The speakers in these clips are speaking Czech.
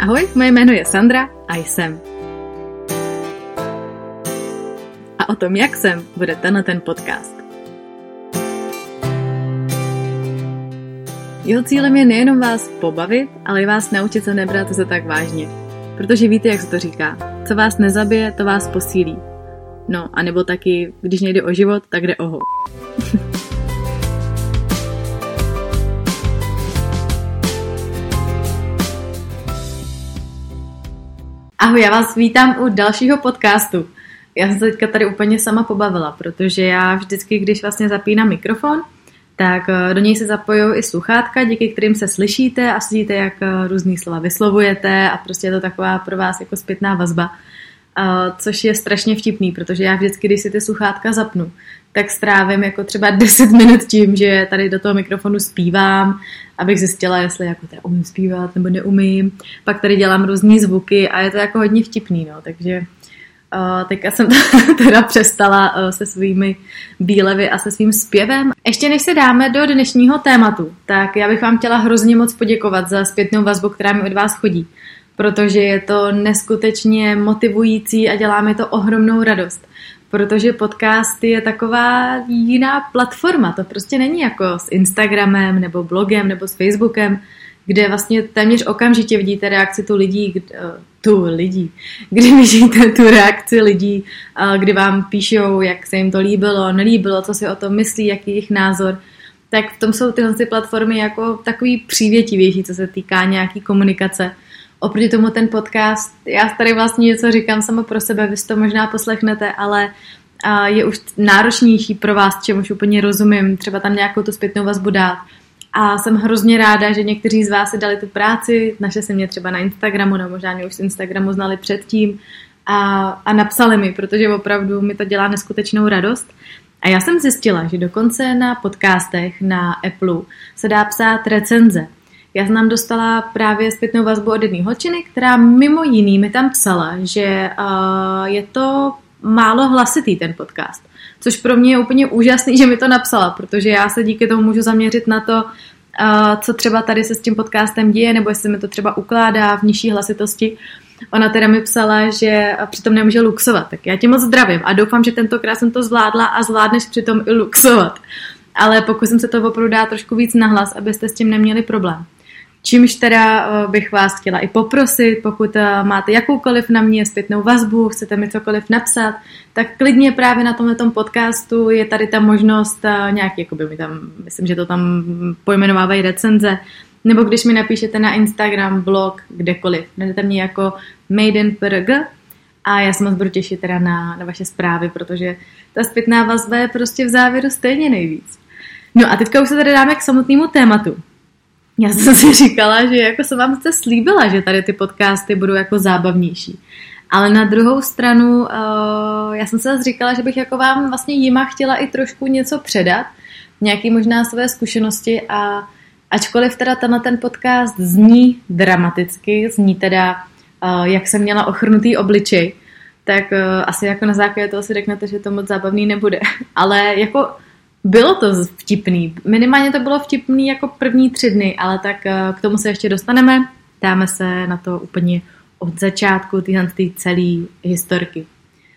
Ahoj, moje jméno je Sandra a jsem. A o tom, jak jsem, bude ten podcast. Jeho cílem je nejenom vás pobavit, ale i vás naučit se nebrat se tak vážně. Protože víte, jak se to říká. Co vás nezabije, to vás posílí. No, anebo taky, když nejde o život, tak jde o ho. Ahoj, já vás vítám u dalšího podcastu. Já jsem se teďka tady úplně sama pobavila, protože já vždycky, když vlastně zapínám mikrofon, tak do něj se zapojují i sluchátka, díky kterým se slyšíte a slyšíte, jak různý slova vyslovujete a prostě je to taková pro vás jako zpětná vazba, což je strašně vtipný, protože já vždycky, když si ty sluchátka zapnu, tak strávím jako třeba 10 minut tím, že tady do toho mikrofonu zpívám, abych zjistila, jestli jako teda umím zpívat nebo neumím. Pak tady dělám různý zvuky a je to jako hodně vtipný, no, takže teďka jsem teda přestala se svými bílevy a se svým zpěvem. Ještě než se dáme do dnešního tématu, tak já bych vám chtěla hrozně moc poděkovat za zpětnou vazbu, která mi od vás chodí, protože je to neskutečně motivující a dělá mi to ohromnou radost. Protože podcast je taková jiná platforma, to prostě není jako s Instagramem nebo blogem nebo s Facebookem, kde vlastně téměř okamžitě vidíte reakci kdy vidíte tu reakci lidí, kdy vám píšou, jak se jim to líbilo, nelíbilo, co si o tom myslí, jaký je jejich názor, tak v tom jsou tyhle platformy jako takový přívětivější, co se týká nějaký komunikace. Oproti tomu ten podcast, já tady vlastně něco říkám sama pro sebe, vy si to možná poslechnete, ale je už náročnější pro vás, čemuž úplně rozumím, třeba tam nějakou tu zpětnou vazbu dát. A jsem hrozně ráda, že někteří z vás si dali tu práci, našli si mě třeba na Instagramu, nebo možná mě už z Instagramu znali předtím a napsali mi, protože opravdu mi to dělá neskutečnou radost. A já jsem zjistila, že dokonce na podcastech na Apple se dá psát recenze. Já jsem dostala právě zpětnou vazbu od jedné holčiny, která mimo jiný mi tam psala, že je to málo hlasitý ten podcast. Což pro mě je úplně úžasný, že mi to napsala, protože já se díky tomu můžu zaměřit na to, co třeba tady se s tím podcastem děje, nebo jestli mi to třeba ukládá v nižší hlasitosti. Ona teda mi psala, že přitom nemůže luxovat. Tak já tě moc zdravím a doufám, že tentokrát jsem to zvládla a zvládneš přitom i luxovat. Ale pokusím se to opravdu dát trošku víc nahlas, abyste s tím neměli problém. Čímž teda bych vás chtěla i poprosit, pokud máte jakoukoliv na mě zpětnou vazbu, chcete mi cokoliv napsat, tak klidně právě na tomhletom podcastu je tady ta možnost nějaký, jakoby mi tam, myslím, že to tam pojmenovávají recenze, nebo když mi napíšete na Instagram, blog, kdekoliv. Najdete mě jako Maidenprg a já se moc budu těšit teda na vaše zprávy, protože ta zpětná vazba je prostě v závěru stejně nejvíc. No a teďka už se tady dáme k samotnému tématu. Já jsem si říkala, že jako jsem vám zde slíbila, že tady ty podcasty budou jako zábavnější. Ale na druhou stranu já jsem se zase říkala, že bych jako vám vlastně jima chtěla i trošku něco předat, nějaký možná své zkušenosti a ačkoliv teda ten podcast zní dramaticky, zní teda jak jsem měla ochrnutý obličej, tak asi jako na základě toho si řeknete, že to moc zábavný nebude. Ale jako bylo to vtipný. Minimálně to bylo vtipný jako první 3 dny, ale tak k tomu se ještě dostaneme. Dáme se na to úplně od začátku téhle celé historky.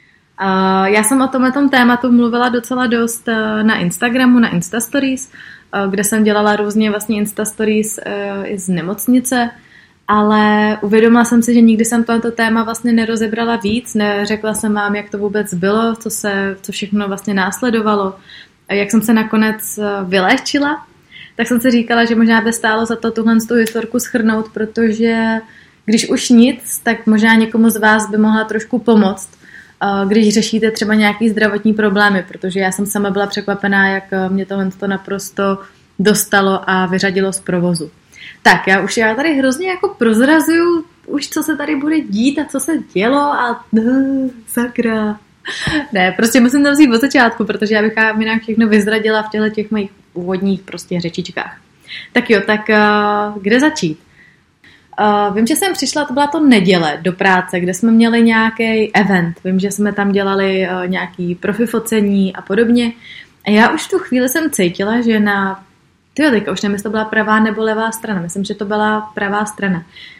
Já jsem o tomhletom tématu mluvila docela dost na Instagramu, na Instastories, kde jsem dělala různě vlastně Instastories i z nemocnice, ale uvědomila jsem si, že nikdy jsem tohoto téma vlastně nerozebrala víc, neřekla jsem vám, jak to vůbec bylo, co všechno vlastně následovalo, jak jsem se nakonec vyléčila, tak jsem si říkala, že možná by stálo za to tuhle historku shrnout, protože když už nic, tak možná někomu z vás by mohla trošku pomoct, když řešíte třeba nějaký zdravotní problémy, protože já jsem sama byla překvapená, jak mě tohle naprosto dostalo a vyřadilo z provozu. Tak, já tady hrozně jako prozrazuju už, co se tady bude dít a co se dělo a sakra. Ne, prostě musím to vzít od začátku, protože já bych jinak všechno vyzradila v těch mých úvodních prostě řečičkách. Tak jo, tak kde začít? Vím, že jsem přišla, to byla to neděle do práce, kde jsme měli nějaký event. Vím, že jsme tam dělali nějaký profi focení a podobně. A já už v tu chvíli jsem cítila, že teďka už nevím, jestli to byla pravá nebo levá strana. Myslím, že to byla pravá strana.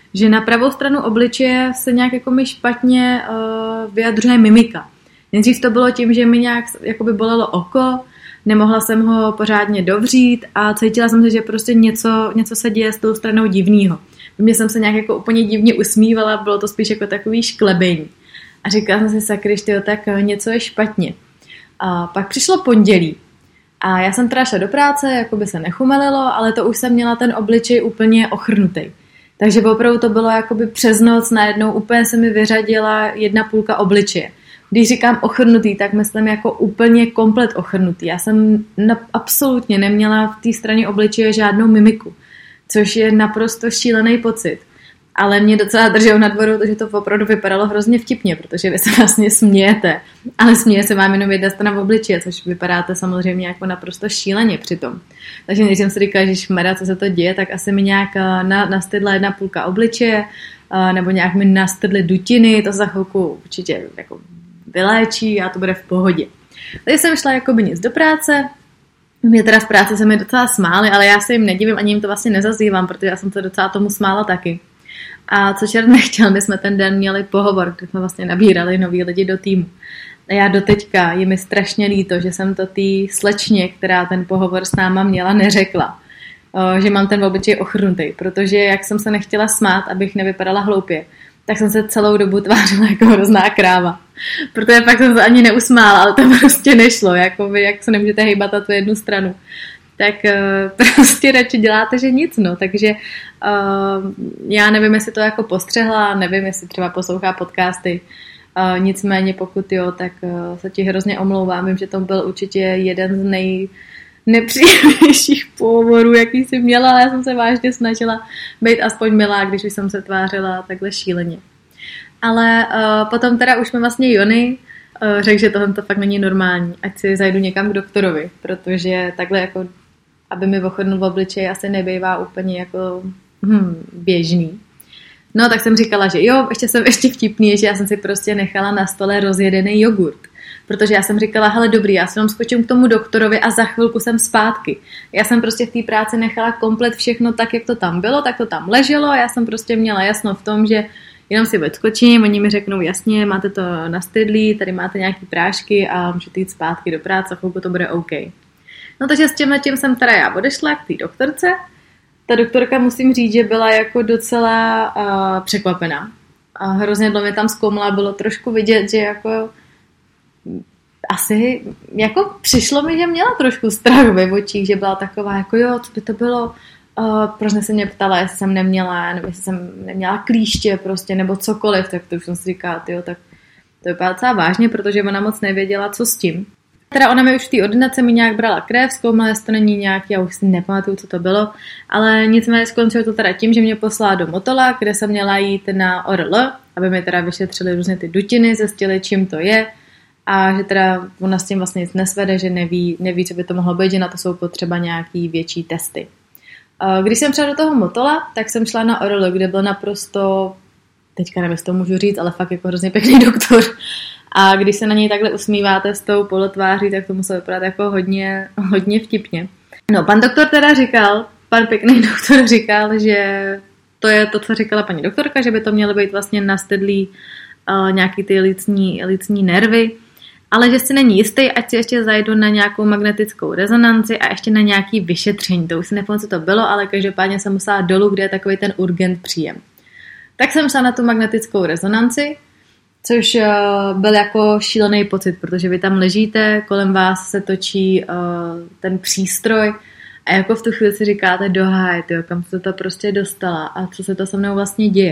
že na pravou stranu obličeje se nějak jako mi špatně vyjadřuje mimika. Nejdřív to bylo tím, že mi nějak jakoby bolelo oko, nemohla jsem ho pořádně dovřít a cítila jsem se, že prostě něco se děje s tou stranou divnýho. Mě jsem se nějak jako úplně divně usmívala, bylo to spíš jako takový šklebení. A říkala jsem si, sakryš, tyjo, tak něco je špatně. A pak přišlo pondělí. A já jsem teda šla do práce, jako by se nechumelilo, ale to už jsem měla ten obličej úplně ochrnutý. Takže opravdu to bylo jakoby přes noc, najednou úplně se mi vyřadila 1/2 obličeje. Když říkám ochrnutý, tak myslím jako úplně komplet ochrnutý. Já jsem absolutně neměla v té straně obličeje žádnou mimiku, což je naprosto šílený pocit. Ale mě docela drželo nad vodou, protože to opravdu vypadalo hrozně vtipně, protože vy se vlastně smějete, ale směje se vám jenom jedna strana v obličeji, což vypadáte samozřejmě jako naprosto šíleně přitom. Takže když jsem si říkala, že šmera, co se to děje, tak asi mi nějak nastydla 1/2 obličeje, nebo nějak mi nastydly dutiny, to za chvilku určitě jako vyléčí a to bude v pohodě. Takže jsem šla jako by nic do práce. Mě teda v práci se mi docela smáli, ale já se jim nedivím, ani jim to vlastně nezazývám, protože já jsem se docela tomu smála taky. A co čert nechtěl, my jsme ten den měli pohovor, kde jsme vlastně nabírali nový lidi do týmu. A já doteďka je mi strašně líto, že jsem to té slečně, která ten pohovor s náma měla, neřekla. Že mám ten obličej ochrnutý, protože jak jsem se nechtěla smát, abych nevypadala hloupě, tak jsem se celou dobu tvářila jako hrozná kráva. Protože pak jsem se ani neusmála, ale to prostě nešlo, jako vy, jak se nemůžete hejbat na tu jednu stranu. Tak prostě radši děláte, že nic, no. Takže já nevím, jestli to jako postřehla, nevím, jestli třeba poslouchá podcasty, nicméně pokud jo, tak se ti hrozně omlouvám, vím, že to byl určitě jeden z nejnepříjemnějších pohovorů, jaký jsi měla, ale já jsem se vážně snažila být aspoň milá, když už jsem se tvářila takhle šíleně. Ale potom teda už mi vlastně Jony řekl, že tohle to fakt není normální, ať si zajdu někam k doktorovi, protože takhle jako aby mi ochrnul v obličeji, asi nebývá úplně jako běžný. No, tak jsem říkala, že jo, ještě vtipný, že já jsem si prostě nechala na stole rozjedený jogurt. Protože já jsem říkala, hele dobrý, já se vám skočím k tomu doktorovi a za chvilku jsem zpátky. Já jsem prostě v té práci nechala komplet všechno tak, jak to tam bylo, tak to tam leželo. Já jsem prostě měla jasno v tom, že jenom si odskočím, oni mi řeknou, jasně, máte to nastydlý, tady máte nějaký prášky a můžete jít zpátky do práce, chvilku to bude OK. No takže s tímhletím jsem teda já odešla k té doktorce. Ta doktorka, musím říct, že byla jako docela překvapená. A hrozně dlouho mě tam zkoumala, bylo trošku vidět, že jako asi jako přišlo mi, že měla trošku strach ve očích, že byla taková jako jo, co by to bylo, proč se mě ptala, jestli jsem neměla, nebo jestli jsem neměla klíště prostě, nebo cokoliv, tak to už jsem si říkala, tyjo, tak to vypadá docela vážně, protože ona moc nevěděla, co s tím. Teda ona mi už v té ordinaci mi nějak brala krev, zkoumala, jestli to není nějaký, já už si nepamatuju, co to bylo, ale nicméně skončilo to teda tím, že mě poslala do Motola, kde jsem měla jít na ORL, aby mi teda vyšetřili různě ty dutiny, zjistili, čím to je a že teda ona s tím vlastně nic nesvede, že neví, co by to mohlo být, že na to jsou potřeba nějaký větší testy. Když jsem šla do toho Motola, tak jsem šla na ORL, kde byl naprosto, teďka nevím, jestli to můžu říct, ale fakt jako hrozně pěkný doktor. A když se na něj takhle usmíváte s tou polotváří, tak to muselo vypadat jako hodně vtipně. No, pan pěkný doktor říkal, že to je to, co říkala paní doktorka, že by to mělo být vlastně nastydlý nějaký ty lícní nervy, ale že si není jistý, ať si ještě zajdu na nějakou magnetickou rezonanci a ještě na nějaký vyšetření. To už si nepamatuji, co to bylo, ale každopádně jsem musela dolů, kde je takový ten urgent příjem. Tak jsem šla na tu magnetickou rezonanci, což byl jako šílený pocit, protože vy tam ležíte, kolem vás se točí ten přístroj a jako v tu chvíli si říkáte doháj, kam se to prostě dostala a co se to se mnou vlastně děje.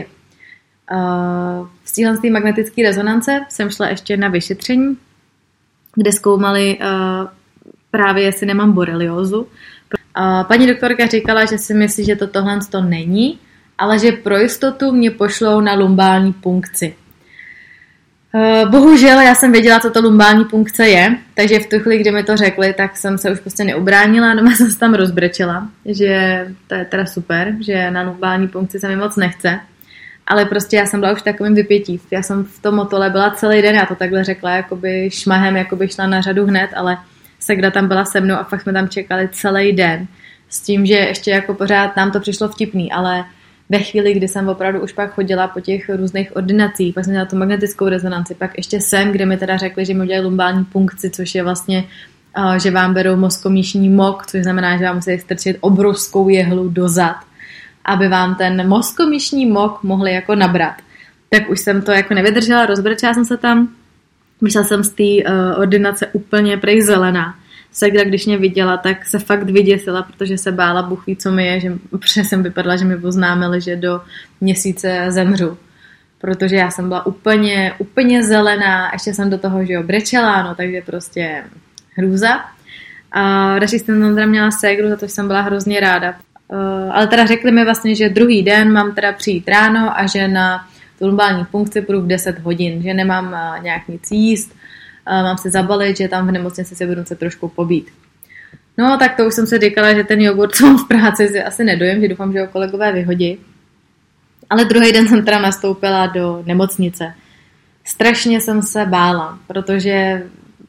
Z téhle magnetické rezonance jsem šla ještě na vyšetření, kde zkoumali právě, jestli nemám boreliózu. Paní doktorka říkala, že si myslí, že tohle to není, ale že pro jistotu mě pošlou na lumbální punkci. Bohužel já jsem věděla, co to lumbální punkce je, takže v tu chvíli, kdy mi to řekli, tak jsem se už prostě neubránila, doma jsem se tam rozbrečela, že to je teda super, že na lumbální punkci se mi moc nechce, ale prostě já jsem byla už v takovém vypětí. Já jsem v tom Motole byla celý den, já to takhle řekla jakoby šmahem, jakoby šla na řadu hned, ale Segra tam byla se mnou a fakt jsme tam čekali celý den s tím, že ještě jako pořád nám to přišlo vtipný, ale ve chvíli, kdy jsem opravdu už pak chodila po těch různých ordinacích, pak jsem měla tu magnetickou rezonanci, pak ještě sem, kde mi teda řekli, že mi udělají lumbální punkci, což je vlastně, že vám berou mozkomíšní mok, což znamená, že vám musí strčit obrovskou jehlu do zad, aby vám ten mozkomíšní mok mohli jako nabrat. Tak už jsem to jako nevydržela, rozbrečela jsem se tam, vyšla jsem z té ordinace úplně prej zelená. Segra, když mě viděla, tak se fakt vyděsila, protože se bála, Bůh ví, co mi je, protože jsem vypadala, že mi oznámili, že do měsíce zemřu. Protože já jsem byla úplně zelená, ještě jsem do toho, že jo, brečela, no, takže prostě hrůza. A další jsem tam teda měla ségru, za to jsem byla hrozně ráda. Ale teda řekli mi vlastně, že druhý den mám teda přijít ráno a že na tu lumbální punkci půjdu v 10 hodin, že nemám nějak nic jíst, mám se zabalit, že tam v nemocnici se budu se trošku pobít. No tak to už jsem si říkala, že ten jogurt, co mám v práci, si asi nedojím, že doufám, že ho kolegové vyhodí. Ale druhý den jsem teda nastoupila do nemocnice. Strašně jsem se bála, protože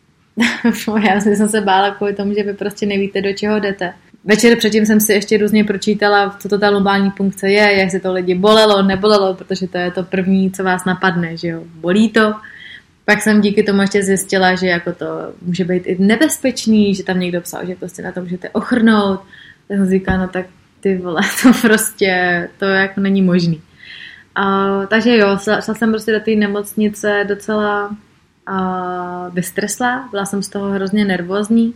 já jsem se bála kvůli tomu, že vy prostě nevíte, do čeho jdete. Večer předtím jsem si ještě různě pročítala, co to ta lumbální punkce je, jak se to lidi bolelo, nebolelo, protože to je to první, co vás napadne, že jo, bolí to. Pak jsem díky tomu ještě zjistila, že jako to může být i nebezpečný, že tam někdo psal, že prostě na to můžete ochrnout. Tak jsem říkala, no tak ty vole, to prostě, to jako není možný. Takže jo, šla jsem prostě do té nemocnice docela vystresla, byla jsem z toho hrozně nervózní,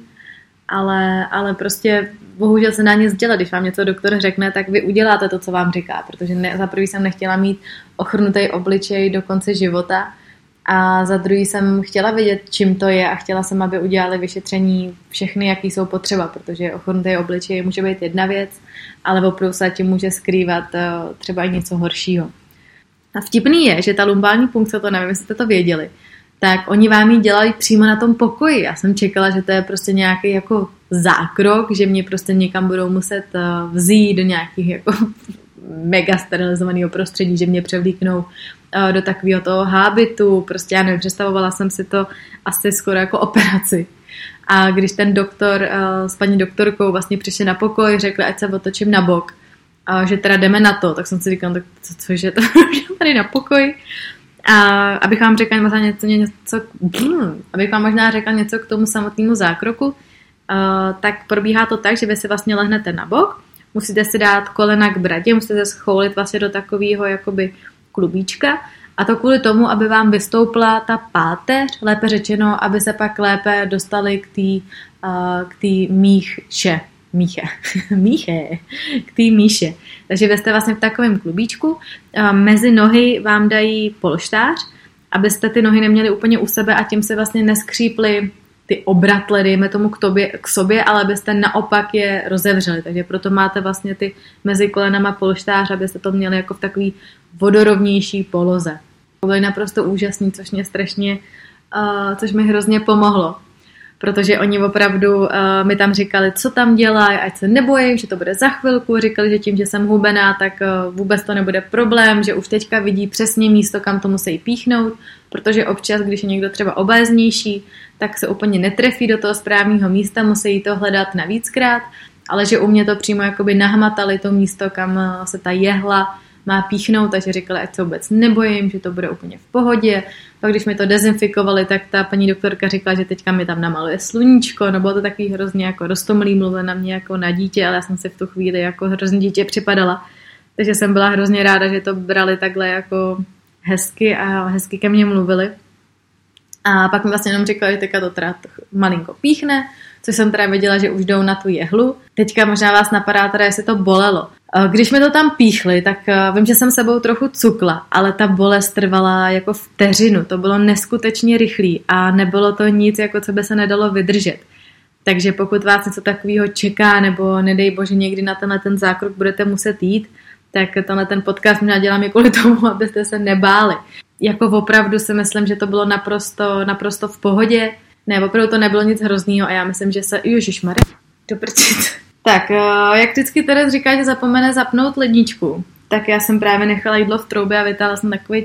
ale prostě bohužel se dá nic dělat, když vám něco doktor řekne, tak vy uděláte to, co vám říká, protože za prvý jsem nechtěla mít ochrnutý obličej do konce života a za druhý jsem chtěla vědět, čím to je a chtěla jsem, aby udělali vyšetření všechny, jaký jsou potřeba, protože ochrnutý obličej může být jedna věc, ale opravdu se tím může skrývat třeba i něco horšího. A vtipný je, že ta lumbální punkce, to nevím, jestli jste to věděli, tak oni vám ji dělají přímo na tom pokoji. Já jsem čekala, že to je prostě nějaký jako zákrok, že mě prostě někam budou muset vzít do nějakých jako mega sterilizovaného prostředí, že mě převlíknou do takového toho hábitu, prostě já nevím, představovala jsem si to asi skoro jako operaci. A když ten doktor s paní doktorkou vlastně přišli na pokoj, řekli, ať se otočím na bok, že teda jdeme na to, tak jsem si říkala, tak cože to tady na pokoj. A abych vám možná řekla něco k tomu samotnému zákroku, tak probíhá to tak, že vy si vlastně lehnete na bok, musíte si dát kolena k bradě, musíte se schoulit vlastně do takového jakoby klubíčka a to kvůli tomu, aby vám vystoupla ta páteř, lépe řečeno, aby se pak lépe dostali k té míše. Takže vy jste vlastně v takovém klubíčku, mezi nohy vám dají polštář, abyste ty nohy neměli úplně u sebe a tím se vlastně neskřípli ty obratle, dejme tomu k sobě, ale abyste naopak je rozevřeli. Takže proto máte vlastně ty mezi kolenama polštář, abyste to měli jako v takový vodorovnější poloze. To bylo naprosto úžasný, což mi hrozně pomohlo. Protože oni opravdu mi tam říkali, co tam dělají, ať se nebojím, že to bude za chvilku. Říkali, že tím, že jsem hubená, tak vůbec to nebude problém, že už teďka vidí přesně místo, kam to musí píchnout, protože občas, když je někdo třeba obéznější, tak se úplně netrefí do toho správného místa, musí to hledat navíckrát, ale že u mě to přímo jakoby nahmatali to místo, kam se ta jehla má píchnout, takže říkali, ať se vůbec nebojím, že to bude úplně v pohodě. Pak když mi to dezinfikovali, tak ta paní doktorka říkala, že teďka mi tam namaluje sluníčko, no bylo to takový hrozně jako roztomlý, mluvil na mě jako na dítě, ale já jsem si v tu chvíli jako hrozně dítě připadala. Takže jsem byla hrozně ráda, že to brali takhle jako hezky a hezky ke mně mluvili. A pak mi vlastně jenom říkali, že teďka to teda malinko píchne, což jsem teda věděla, že už jdou na tu jehlu. Teďka možná vás napadá teda, jestli to bolelo. Když mi to tam píchli, tak vím, že jsem sebou trochu cukla, ale ta bolest trvala jako vteřinu. To bylo neskutečně rychlý a nebylo to nic, jako co by se nedalo vydržet. Takže pokud vás něco takového čeká, nebo nedej bože někdy na ten zákrok budete muset jít, tak ten podcast možná dělám i kvůli tomu, abyste se nebáli. Jako opravdu si myslím, že to bylo naprosto v pohodě. Ne, opravdu to nebylo nic hroznýho a já myslím, že se... Ježišmarja, doprčit. Tak, jak vždycky Teres říká, že zapomene zapnout ledničku, tak já jsem právě nechala jídlo v troubě a vytáhla jsem takový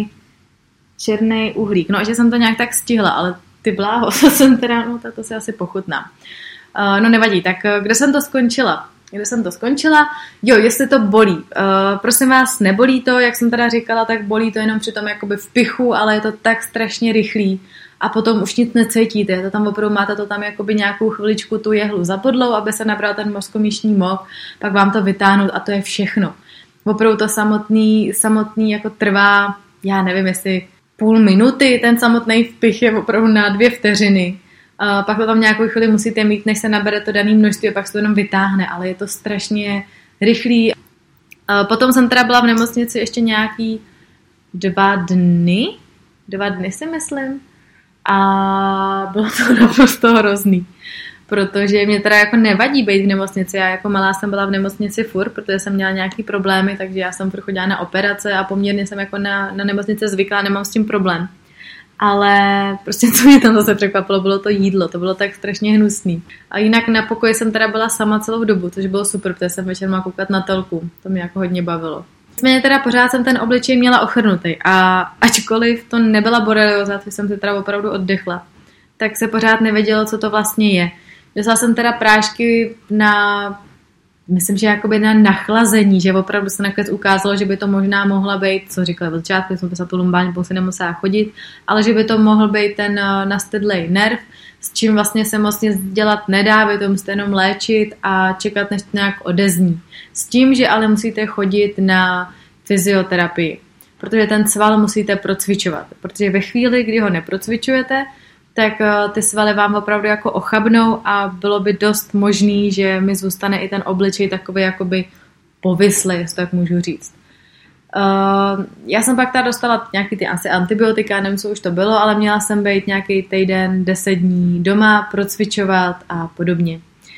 černý uhlík. No, že jsem to nějak tak stihla, ale ty bláho, to jsem teda, no to si asi pochutnám. No nevadí, tak kde jsem to skončila? Kde jsem to skončila? Jo, jestli to bolí. Prosím vás, nebolí to, jak jsem teda říkala, tak bolí to jenom při tom jakoby vpichu, ale je to tak strašně rychlý. A potom už nic necítíte. To tam opravdu máte to tam jakoby nějakou chviličku tu jehlu za podlou, aby se nabral ten mozkomíšní mok, pak vám to vytáhnout a to je všechno. Opravdu to samotný jako trvá, já nevím, jestli půl minuty, ten samotný vpich je opravdu na 2 vteřiny. Pak to tam nějakou chvíli musíte mít, než se nabere to dané množství a pak se to jenom vytáhne, ale je to strašně rychlý. Potom jsem teda byla v nemocnici ještě nějaký 2 dny si myslím a bylo to naprosto hrozný, protože mě teda jako nevadí být v nemocnici, já jako malá jsem byla v nemocnici furt, protože jsem měla nějaký problémy, takže já jsem furt chodila na operace a poměrně jsem jako na nemocnice zvyklá, nemám s tím problém. Ale prostě co mě tam zase překvapilo, bylo to jídlo, to bylo tak strašně hnusný. A jinak na pokoji jsem teda byla sama celou dobu, což bylo super, protože jsem večer mohla koukat na telku, to mě jako hodně bavilo. Nicméně teda pořád jsem ten obličej měla ochrnutý a ačkoliv to nebyla borelioza, což jsem si teda opravdu oddechla, tak se pořád nevědělo, co to vlastně je. Dostala jsem teda prášky myslím, že jakoby na nachlazení, že opravdu se nakonec ukázalo, že by to možná mohla být, co říkali od začátku, jsem psala tu lumbální pulzi, nemusela chodit, ale že by to mohl být ten nastydlej nerv, s čím vlastně se moc nic dělat nedá, vy to musíte jenom léčit a čekat, než to nějak odezní. S tím, že ale musíte chodit na fyzioterapii, protože ten sval musíte procvičovat, protože ve chvíli, kdy ho neprocvičujete, tak ty svaly vám opravdu jako ochabnou a bylo by dost možný, že mi zůstane i ten obličej takový jakoby povyslý, jestli tak můžu říct. Já jsem pak tady dostala nějaký ty asi antibiotika, nevím, co už to bylo, ale měla jsem být nějaký týden, 10 dní doma, procvičovat a podobně.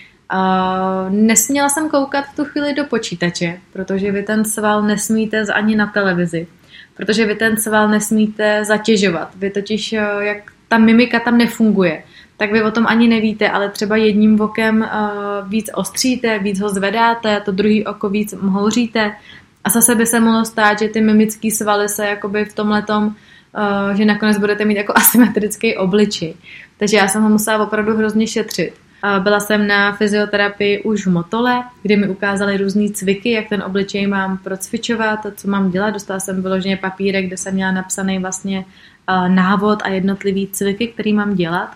Nesměla jsem koukat v tu chvíli do počítače, protože vy ten sval nesmíte ani na televizi, protože vy ten sval nesmíte zatěžovat. Vy totiž, jak ta mimika tam nefunguje, tak vy o tom ani nevíte, ale třeba jedním okem víc ostříte, víc ho zvedáte, to druhý oko víc mhouříte a zase by se mohlo stát, že ty mimický svaly se jakoby v tomhletom, že nakonec budete mít jako asymetrický obličej. Takže já jsem ho musela opravdu hrozně šetřit. Byla jsem na fyzioterapii už v Motole, kde mi ukázali různý cviky, jak ten obličej mám procvičovat, co mám dělat. Dostala jsem vyloženě papírek, kde jsem měla napsaný vlastně návod a jednotlivý cviky, který mám dělat.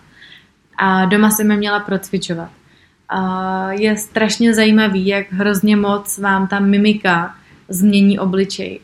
A doma jsem je měla procvičovat. Je strašně zajímavý, jak hrozně moc vám ta mimika změní obličej.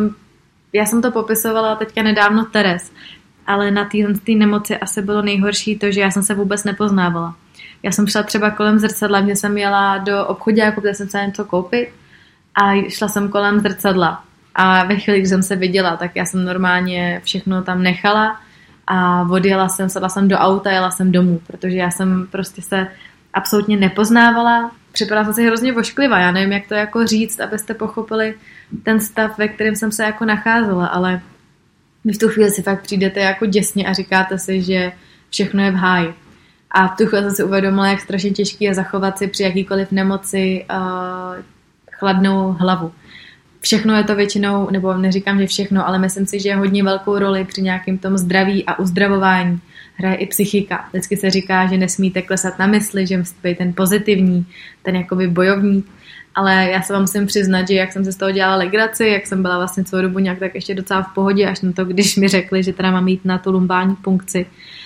Já jsem to popisovala teďka nedávno Teres, ale na té nemoci asi bylo nejhorší to, že já jsem se vůbec nepoznávala. Já jsem šla třeba kolem zrcadla, kde jsem jela do obchoďáku, kde jsem se něco koupit a šla jsem kolem zrcadla. A ve chvíli, když jsem se viděla, tak já jsem normálně všechno tam nechala a odjela jsem, sedla jsem do auta, jela jsem domů, protože já jsem prostě se absolutně nepoznávala. Připadala jsem si hrozně vošklivá, já nevím, jak to jako říct, abyste pochopili ten stav, ve kterém jsem se jako nacházela, ale vy v tu chvíli si fakt přijdete jako děsně a říkáte si, že všechno je v háji. A v tu chvíli jsem si uvědomila, jak strašně těžký je zachovat si při jakýkoliv nemoci chladnou hlavu. Všechno je to většinou, nebo neříkám, že všechno, ale myslím si, že hodně velkou roli při nějakém tom zdraví a uzdravování hraje i psychika. Vždycky se říká, že nesmíte klesat na mysli, že musíte být ten pozitivní, ten jakoby bojovník, ale já se vám musím přiznat, že jak jsem se z toho dělala legraci, jak jsem byla vlastně celou dobu nějak tak ještě docela v pohodě, až na to, když mi řekli, že teda mám jít na tu lumbální punkci,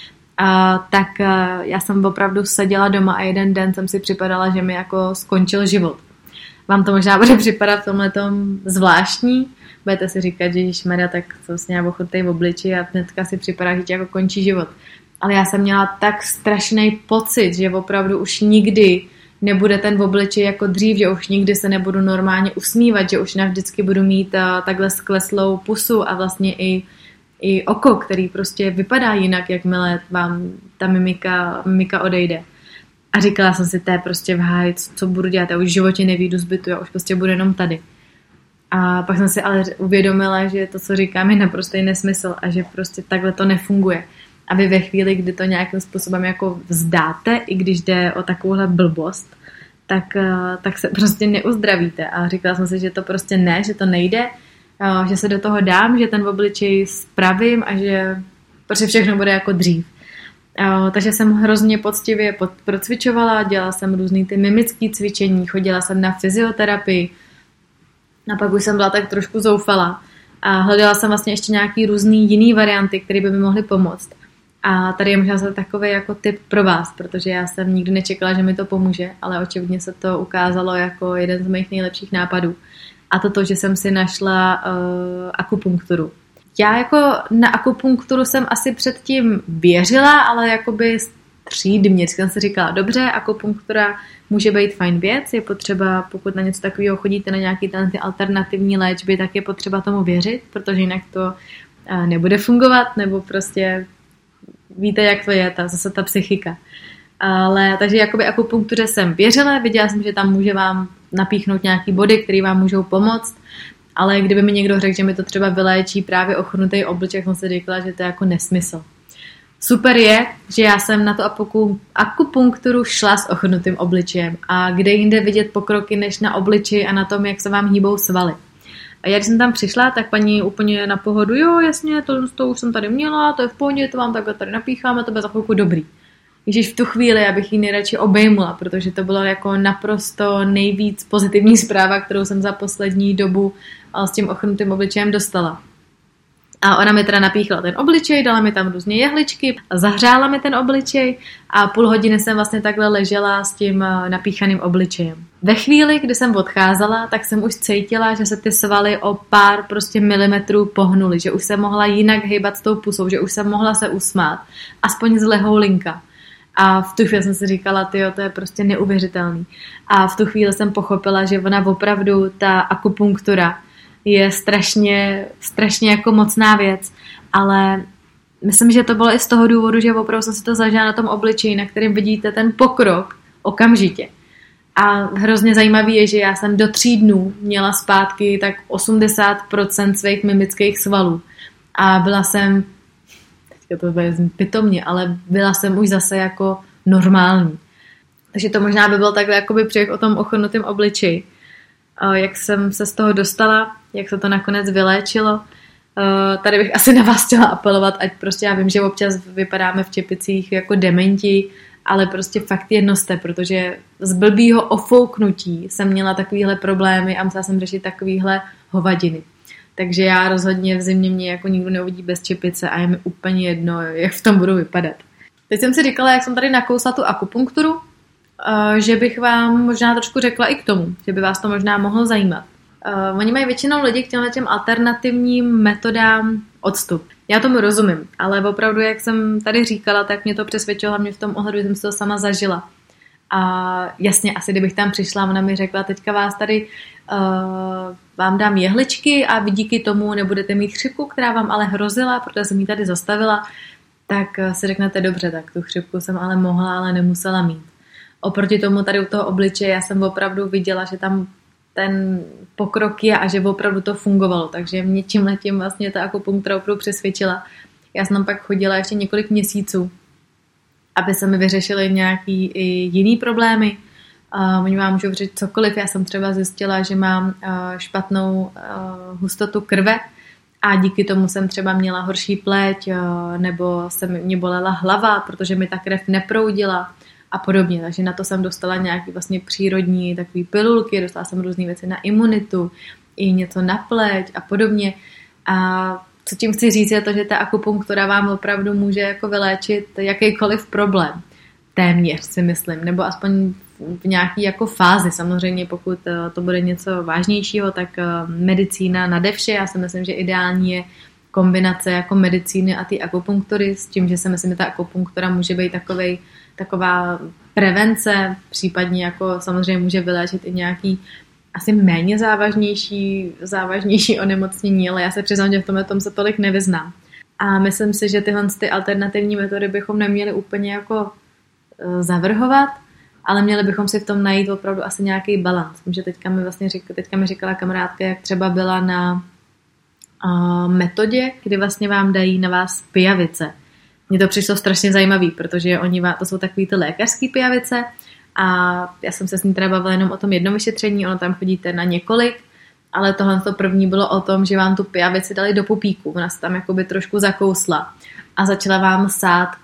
tak já jsem opravdu seděla doma a jeden den jsem si připadala, že mi jako skončil život. Vám to možná bude připadat v tomhletom zvláštní, budete si říkat, že ježišmarja, tak to s nějakou chutej v obliči a hnedka si připadá, že ti jako končí život. Ale já jsem měla tak strašný pocit, že opravdu už nikdy nebude ten obličej jako dřív, že už nikdy se nebudu normálně usmívat, že už navždycky budu mít takhle skleslou pusu a vlastně i oko, který prostě vypadá jinak, jakmile vám ta mimika odejde. A říkala jsem si, to je prostě v háji, co budu dělat, já už v životě nevyjdu z bytu, já už prostě budu jenom tady. A pak jsem si ale uvědomila, že to, co říkám, je naprostý nesmysl a že prostě takhle to nefunguje. A vy ve chvíli, kdy to nějakým způsobem jako vzdáte, i když jde o takovouhle blbost, tak se prostě neuzdravíte. A říkala jsem si, že to prostě ne, že to nejde, že se do toho dám, že ten obličej spravím a že prostě všechno bude jako dřív. Takže jsem hrozně poctivě procvičovala, dělala jsem různý ty mimické cvičení, chodila jsem na fyzioterapii a pak už jsem byla tak trošku zoufalá a hledala jsem vlastně ještě nějaký různý jiný varianty, které by mi mohly pomoct. A tady je možná takový jako tip pro vás, protože já jsem nikdy nečekala, že mi to pomůže, ale očividně se to ukázalo jako jeden z mých nejlepších nápadů. A to, že jsem si našla akupunkturu. Já jako na akupunkturu jsem asi předtím věřila, ale jakoby střídmě. Jsem si říkala, dobře, akupunktura může být fajn věc, je potřeba, pokud na něco takového chodíte, na nějaký ty alternativní léčby, tak je potřeba tomu věřit, protože jinak to nebude fungovat, nebo prostě víte, jak to je, zase ta psychika. Takže jakoby akupunktuře jsem věřila, viděla jsem, že tam může vám napíchnout nějaký body, které vám můžou pomoct, ale kdyby mi někdo řekl, že mi to třeba vyléčí právě ochrnutý obličej, jsem si říkala, že to je jako nesmysl. Super je, že já jsem na to akupunkturu šla s ochrnutým obličejem a kde jinde vidět pokroky než na obličeji a na tom, jak se vám hýbou svaly. A já když jsem tam přišla, tak paní úplně na pohodu, jo jasně, to už jsem tady měla, to je v pohodě, to vám takhle tady napícháme, to bude za chvilku dobrý. Když v tu chvíli já bych ji nejradši obejmula, protože to bylo jako naprosto nejvíc pozitivní zpráva, kterou jsem za poslední dobu s tím ochrnutým obličejem dostala. A ona mi teda napíchla ten obličej, dala mi tam různě jehličky, zahřála mi ten obličej a půl hodiny jsem vlastně takhle ležela s tím napíchaným obličejem. Ve chvíli, kdy jsem odcházela, tak jsem už cítila, že se ty svaly o pár prostě milimetrů pohnuly, že už jsem mohla jinak hejbat s tou pusou, že už jsem mohla se usmát, aspoň z lehoulinka. A v tu chvíli jsem si říkala, tyjo, to je prostě neuvěřitelný. A v tu chvíli jsem pochopila, že ona opravdu, ta akupunktura, je strašně jako mocná věc, ale myslím, že to bylo i z toho důvodu, že opravdu jsem si to zažila na tom obličeji, na kterém vidíte ten pokrok okamžitě. A hrozně zajímavý je, že já jsem do 3 dnů měla zpátky tak 80% svých mimických svalů. A byla jsem, teďka to bude pitomně, ale byla jsem už zase jako normální. Takže to možná by byl takhle jakoby příběh o tom ochrnutém obličeji. Jak jsem se z toho dostala, jak se to nakonec vyléčilo. Tady bych asi na vás chtěla apelovat, ať prostě já vím, že občas vypadáme v čepicích jako dementi, ale prostě fakt jednoste, protože z blbýho ofouknutí jsem měla takovýhle problémy a musela jsem řešit takovýhle hovadiny. Takže já rozhodně v zimě mě jako nikdo neuvidí bez čepice a je mi úplně jedno, jak v tom budu vypadat. Teď jsem si říkala, jak jsem tady nakousla tu akupunkturu, že bych vám možná trošku řekla i k tomu, že by vás to možná mohlo zajímat. Oni mají většinou lidi k těm alternativním metodám odstup. Já tomu rozumím, ale opravdu, jak jsem tady říkala, tak mě to přesvědčilo hlavně v tom ohledu, že jsem si to sama zažila. A jasně, asi kdybych tam přišla, ona mi řekla, teďka vás tady vám dám jehličky a vy díky tomu nebudete mít chřipku, která vám ale hrozila, protože jsem ji tady zastavila, tak si řeknete, dobře, tak tu chřipku jsem ale mohla, ale nemusela mít. Oproti tomu tady u toho obličeje já jsem opravdu viděla, že tam ten pokrok je a že opravdu to fungovalo, takže mě tímhletím vlastně ta akupunktura opravdu přesvědčila. Já jsem tam pak chodila ještě několik měsíců, aby se mi vyřešily nějaký i jiný problémy. Oni vám můžou říct cokoliv, já jsem třeba zjistila, že mám špatnou hustotu krve a díky tomu jsem třeba měla horší pleť nebo mě bolela hlava, protože mi ta krev neproudila a podobně. Takže na to jsem dostala nějaký vlastně přírodní takový pilulky, dostala jsem různé věci na imunitu, i něco na pleť a podobně. A co tím chci říct je to, že ta akupunktura vám opravdu může jako vyléčit jakýkoliv problém. Téměř si myslím, nebo aspoň v nějaký jako fázi. Samozřejmě pokud to bude něco vážnějšího, tak medicína nade vše. Já si myslím, že ideální je kombinace jako medicíny a ty akupunktury, s tím, že si myslím, že ta akupunktura může být taková prevence, případně jako samozřejmě může vyléčit i nějaký asi méně závažnější onemocnění, ale já se přiznám, že v tomhle tom se tolik nevyznám. A myslím si, že tyhle ty alternativní metody bychom neměli úplně jako zavrhovat, ale měli bychom si v tom najít opravdu asi nějaký balans. Že teďka mi říkala kamarádka, jak třeba byla na metodě, kdy vlastně vám dají na vás pijavice. Mně to přišlo strašně zajímavý, protože to jsou takový ty lékařský pijavice a já jsem se s ní teda bavila jenom o tom jednom vyšetření, ono tam chodíte na několik, ale tohle to první bylo o tom, že vám tu pijavici dali do pupíku, ona se tam jakoby trošku zakousla a začala vám sát krev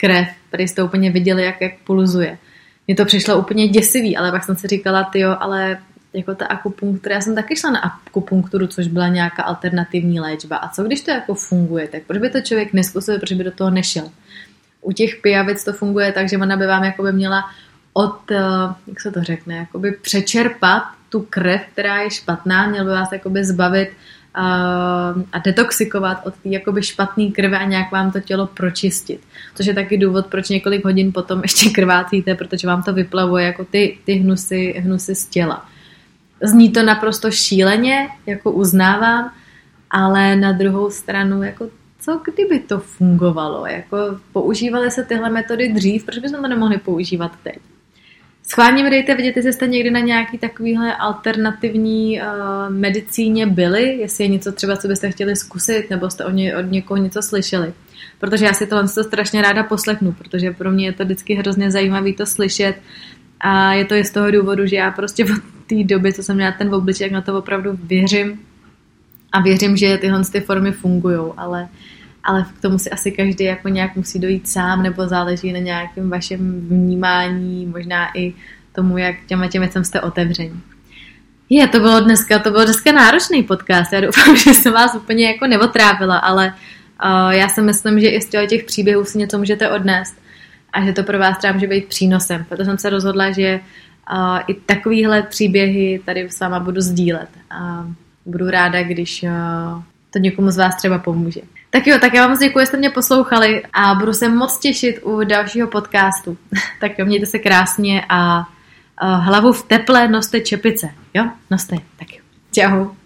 tady jste úplně viděli, jak pulzuje. Mně to přišlo úplně děsivý, ale pak jsem si říkala, tyjo, ale jako ta akupunktura, já jsem taky šla na akupunkturu, což byla nějaká alternativní léčba. A co když to jako funguje, tak proč by to člověk nezkusil, proč by do toho nešel? U těch pijavic to funguje tak, že ona by vám jakoby měla jak se to řekne, jakoby přečerpat tu krev, která je špatná, měl by vás jakoby zbavit a detoxikovat od té jakoby špatné krve a nějak vám to tělo pročistit. Což je taky důvod, proč několik hodin potom ještě krvácíte, protože vám to vyplavuje jako ty hnusy z těla. Zní to naprosto šíleně, jako uznávám, ale na druhou stranu, jako co kdyby to fungovalo? Jako používaly se tyhle metody dřív, proč bychom to nemohli používat teď? Schválně mi dejte vědět, jestli jste někdy na nějaký takovýhle alternativní medicíně byli, jestli je něco třeba, co byste chtěli zkusit, nebo jste od někoho něco slyšeli. Protože já si tohle strašně ráda poslechnu, protože pro mě je to vždycky hrozně zajímavé to slyšet a je to i z toho důvodu, že já prostě od té doby, co jsem měla ten obličej, na to opravdu věřím a věřím, že tyhle formy fungujou, ale k tomu si asi každý jako nějak musí dojít sám, nebo záleží na nějakém vašem vnímání, možná i tomu, jak těm věcem jste otevření. To bylo dneska náročný podcast, já doufám, že jsem vás úplně jako neotrávila, ale já si myslím, že i z těch příběhů si něco můžete odnést a že to pro vás třeba může být přínosem. Proto jsem se rozhodla, že i takovýhle příběhy tady s váma budu sdílet. A budu ráda, když to někomu z vás třeba pomůže. Tak jo, tak já vám děkuji, že jste mě poslouchali a budu se moc těšit u dalšího podcastu. Tak jo, mějte se krásně a hlavu v teple, noste čepice. Jo, noste. Tak jo. Čau.